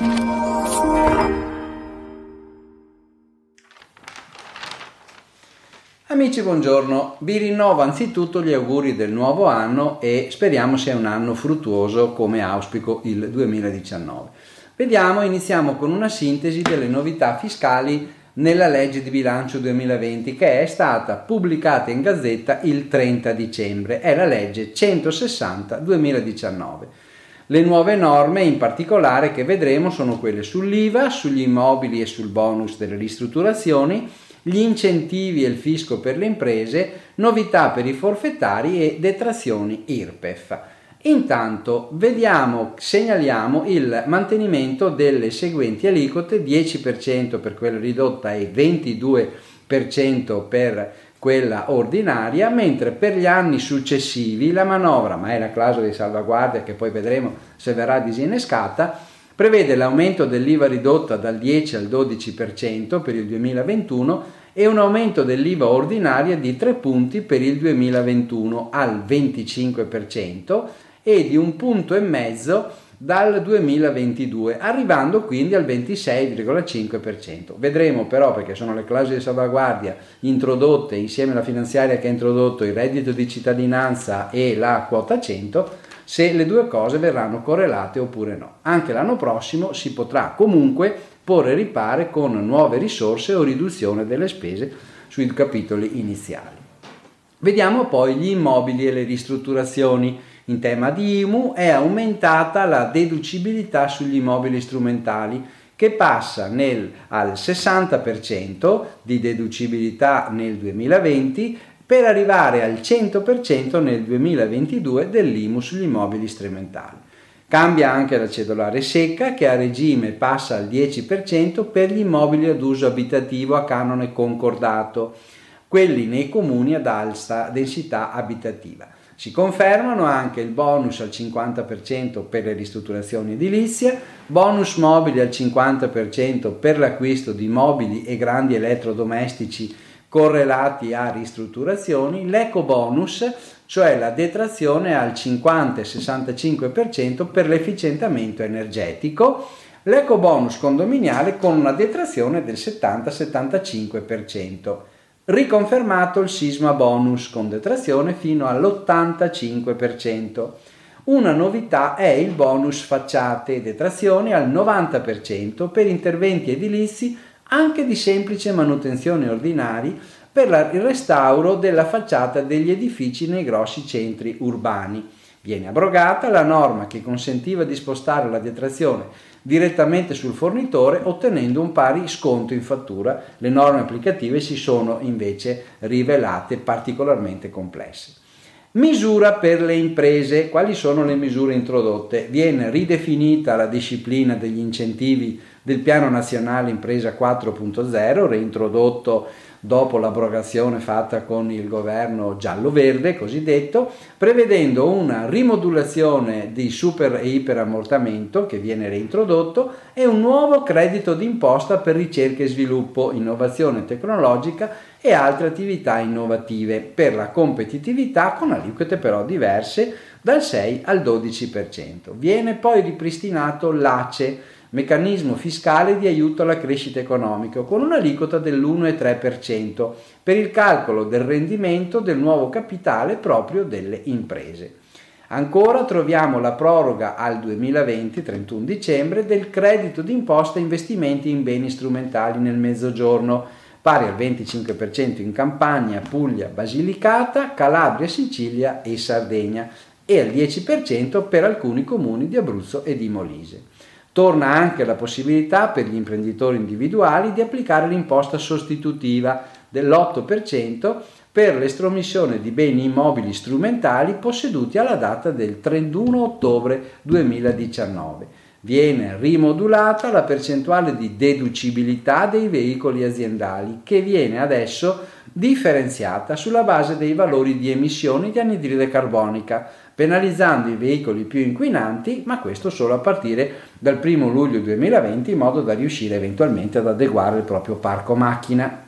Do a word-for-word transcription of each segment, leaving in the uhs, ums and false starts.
Amici, buongiorno, vi rinnovo anzitutto gli auguri del nuovo anno e speriamo sia un anno fruttuoso come auspico il duemiladiciannove. Vediamo, iniziamo con una sintesi delle novità fiscali nella legge di bilancio duemilaventi che è stata pubblicata in Gazzetta il trenta dicembre, è la legge centosessanta duemiladiciannove. Le nuove norme in particolare che vedremo sono quelle sull'I V A, sugli immobili e sul bonus delle ristrutturazioni, gli incentivi e il fisco per le imprese, novità per i forfettari e detrazioni I R P E F. Intanto vediamo, segnaliamo il mantenimento delle seguenti aliquote: dieci per cento per quella ridotta e ventidue per cento per quella ordinaria, mentre per gli anni successivi la manovra, ma è la clausola di salvaguardia che poi vedremo se verrà disinnescata, prevede l'aumento dell'I V A ridotta dal dieci al dodici per cento per il duemilaventuno e un aumento dell'I V A ordinaria di tre punti per il duemilaventuno al venticinque per cento e di un punto e mezzo dal duemilaventidue, arrivando quindi al ventisei virgola cinque per cento. Vedremo però, perché sono le clausole di salvaguardia introdotte insieme alla finanziaria che ha introdotto il reddito di cittadinanza e la quota cento, se le due cose verranno correlate oppure no. Anche l'anno prossimo si potrà comunque porre ripare con nuove risorse o riduzione delle spese sui capitoli iniziali. Vediamo poi gli immobili e le ristrutturazioni. In tema di I M U è aumentata la deducibilità sugli immobili strumentali che passa nel, al sessanta per cento di deducibilità nel duemilaventi per arrivare al cento per cento nel duemilaventidue dell'I M U sugli immobili strumentali. Cambia anche la cedolare secca che a regime passa al dieci per cento per gli immobili ad uso abitativo a canone concordato, quelli nei comuni ad alta densità abitativa. Si confermano anche il bonus al cinquanta per cento per le ristrutturazioni edilizie, bonus mobili al cinquanta per cento per l'acquisto di mobili e grandi elettrodomestici correlati a ristrutturazioni, l'eco bonus, cioè la detrazione al cinquanta e sessantacinque per cento per l'efficientamento energetico, l'eco bonus condominiale con una detrazione del settanta settantacinque per cento. Riconfermato il sisma bonus con detrazione fino all'ottantacinque per cento. Una novità è il bonus facciate, detrazione al novanta per cento per interventi edilizi anche di semplice manutenzione ordinari per il restauro della facciata degli edifici nei grossi centri urbani. Viene abrogata la norma che consentiva di spostare la detrazione direttamente sul fornitore ottenendo un pari sconto in fattura. Le norme applicative si sono invece rivelate particolarmente complesse. Misura per le imprese. Quali sono le misure introdotte? Viene ridefinita la disciplina degli incentivi del Piano Nazionale Impresa quattro punto zero, reintrodotto dopo l'abrogazione fatta con il governo giallo-verde cosiddetto, prevedendo una rimodulazione di super e iperammortamento che viene reintrodotto e un nuovo credito d'imposta per ricerca e sviluppo, innovazione tecnologica e altre attività innovative per la competitività con aliquote però diverse dal sei al dodici per cento. Viene poi ripristinato l'A C E, meccanismo fiscale di aiuto alla crescita economica, con un'aliquota dell'uno virgola tre per cento per il calcolo del rendimento del nuovo capitale proprio delle imprese. Ancora troviamo la proroga al duemilaventi, trentuno dicembre, del credito d'imposta investimenti in beni strumentali nel Mezzogiorno, pari al venticinque per cento in Campania, Puglia, Basilicata, Calabria, Sicilia e Sardegna e al dieci per cento per alcuni comuni di Abruzzo e di Molise. Torna anche la possibilità per gli imprenditori individuali di applicare l'imposta sostitutiva dell'otto per cento per l'estromissione di beni immobili strumentali posseduti alla data del trentuno ottobre duemiladiciannove. Viene rimodulata la percentuale di deducibilità dei veicoli aziendali, che viene adesso differenziata sulla base dei valori di emissioni di anidride carbonica, penalizzando i veicoli più inquinanti, ma questo solo a partire dal primo luglio duemilaventi, in modo da riuscire eventualmente ad adeguare il proprio parco macchina.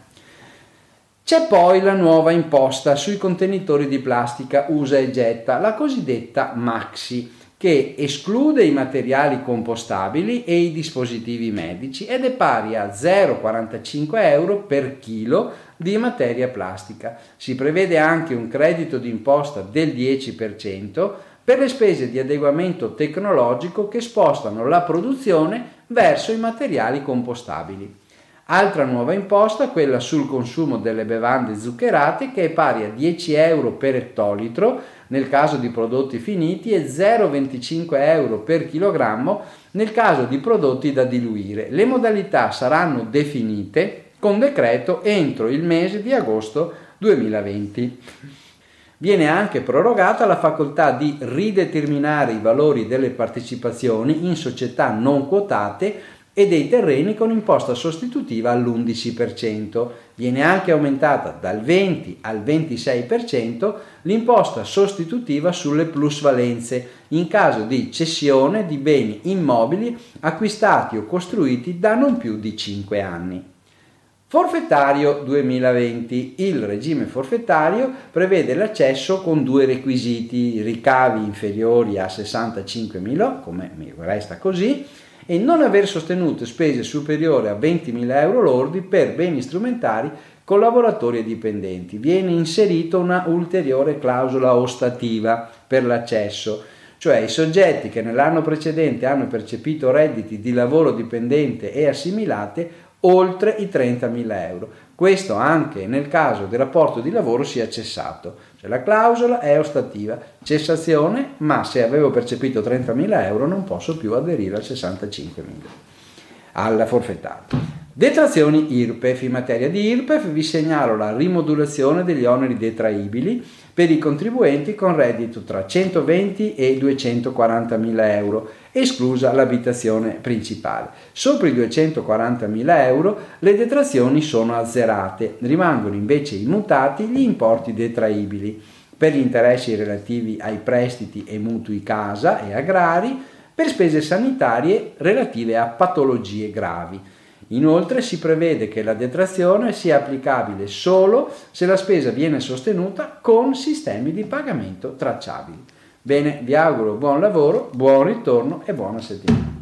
C'è poi la nuova imposta sui contenitori di plastica usa e getta, la cosiddetta Maxi, che esclude i materiali compostabili e i dispositivi medici ed è pari a zero virgola quarantacinque euro per chilo di materia plastica. Si prevede anche un credito d'imposta del dieci per cento per le spese di adeguamento tecnologico che spostano la produzione verso i materiali compostabili. Altra nuova imposta, quella sul consumo delle bevande zuccherate, che è pari a dieci euro per ettolitro nel caso di prodotti finiti e zero virgola venticinque euro per chilogrammo nel caso di prodotti da diluire. Le modalità saranno definite con decreto entro il mese di agosto duemilaventi. Viene anche prorogata la facoltà di rideterminare i valori delle partecipazioni in società non quotate e dei terreni con imposta sostitutiva all'undici per cento. Viene anche aumentata dal venti al ventisei per cento l'imposta sostitutiva sulle plusvalenze in caso di cessione di beni immobili acquistati o costruiti da non più di cinque anni. Forfettario duemilaventi. Il regime forfettario prevede l'accesso con due requisiti: ricavi inferiori a sessantacinquemila, come mi resta così, e non aver sostenuto spese superiori a ventimila euro lordi per beni strumentali con lavoratori e dipendenti. Viene inserita una ulteriore clausola ostativa per l'accesso, cioè i soggetti che nell'anno precedente hanno percepito redditi di lavoro dipendente e assimilate oltre i trentamila euro. Questo anche nel caso del rapporto di lavoro sia cessato. Cioè la clausola è ostativa, cessazione, ma se avevo percepito trentamila euro non posso più aderire al sessantacinquemila, alla forfettario. Detrazioni I R P E F. In materia di I R P E F vi segnalo la rimodulazione degli oneri detraibili per i contribuenti con reddito tra centoventi e duecentoquarantamila euro, esclusa l'abitazione principale. Sopra i duecentoquarantamila euro le detrazioni sono azzerate, rimangono invece immutati gli importi detraibili per gli interessi relativi ai prestiti e mutui casa e agrari, per spese sanitarie relative a patologie gravi. Inoltre si prevede che la detrazione sia applicabile solo se la spesa viene sostenuta con sistemi di pagamento tracciabili. Bene, vi auguro buon lavoro, buon ritorno e buona settimana.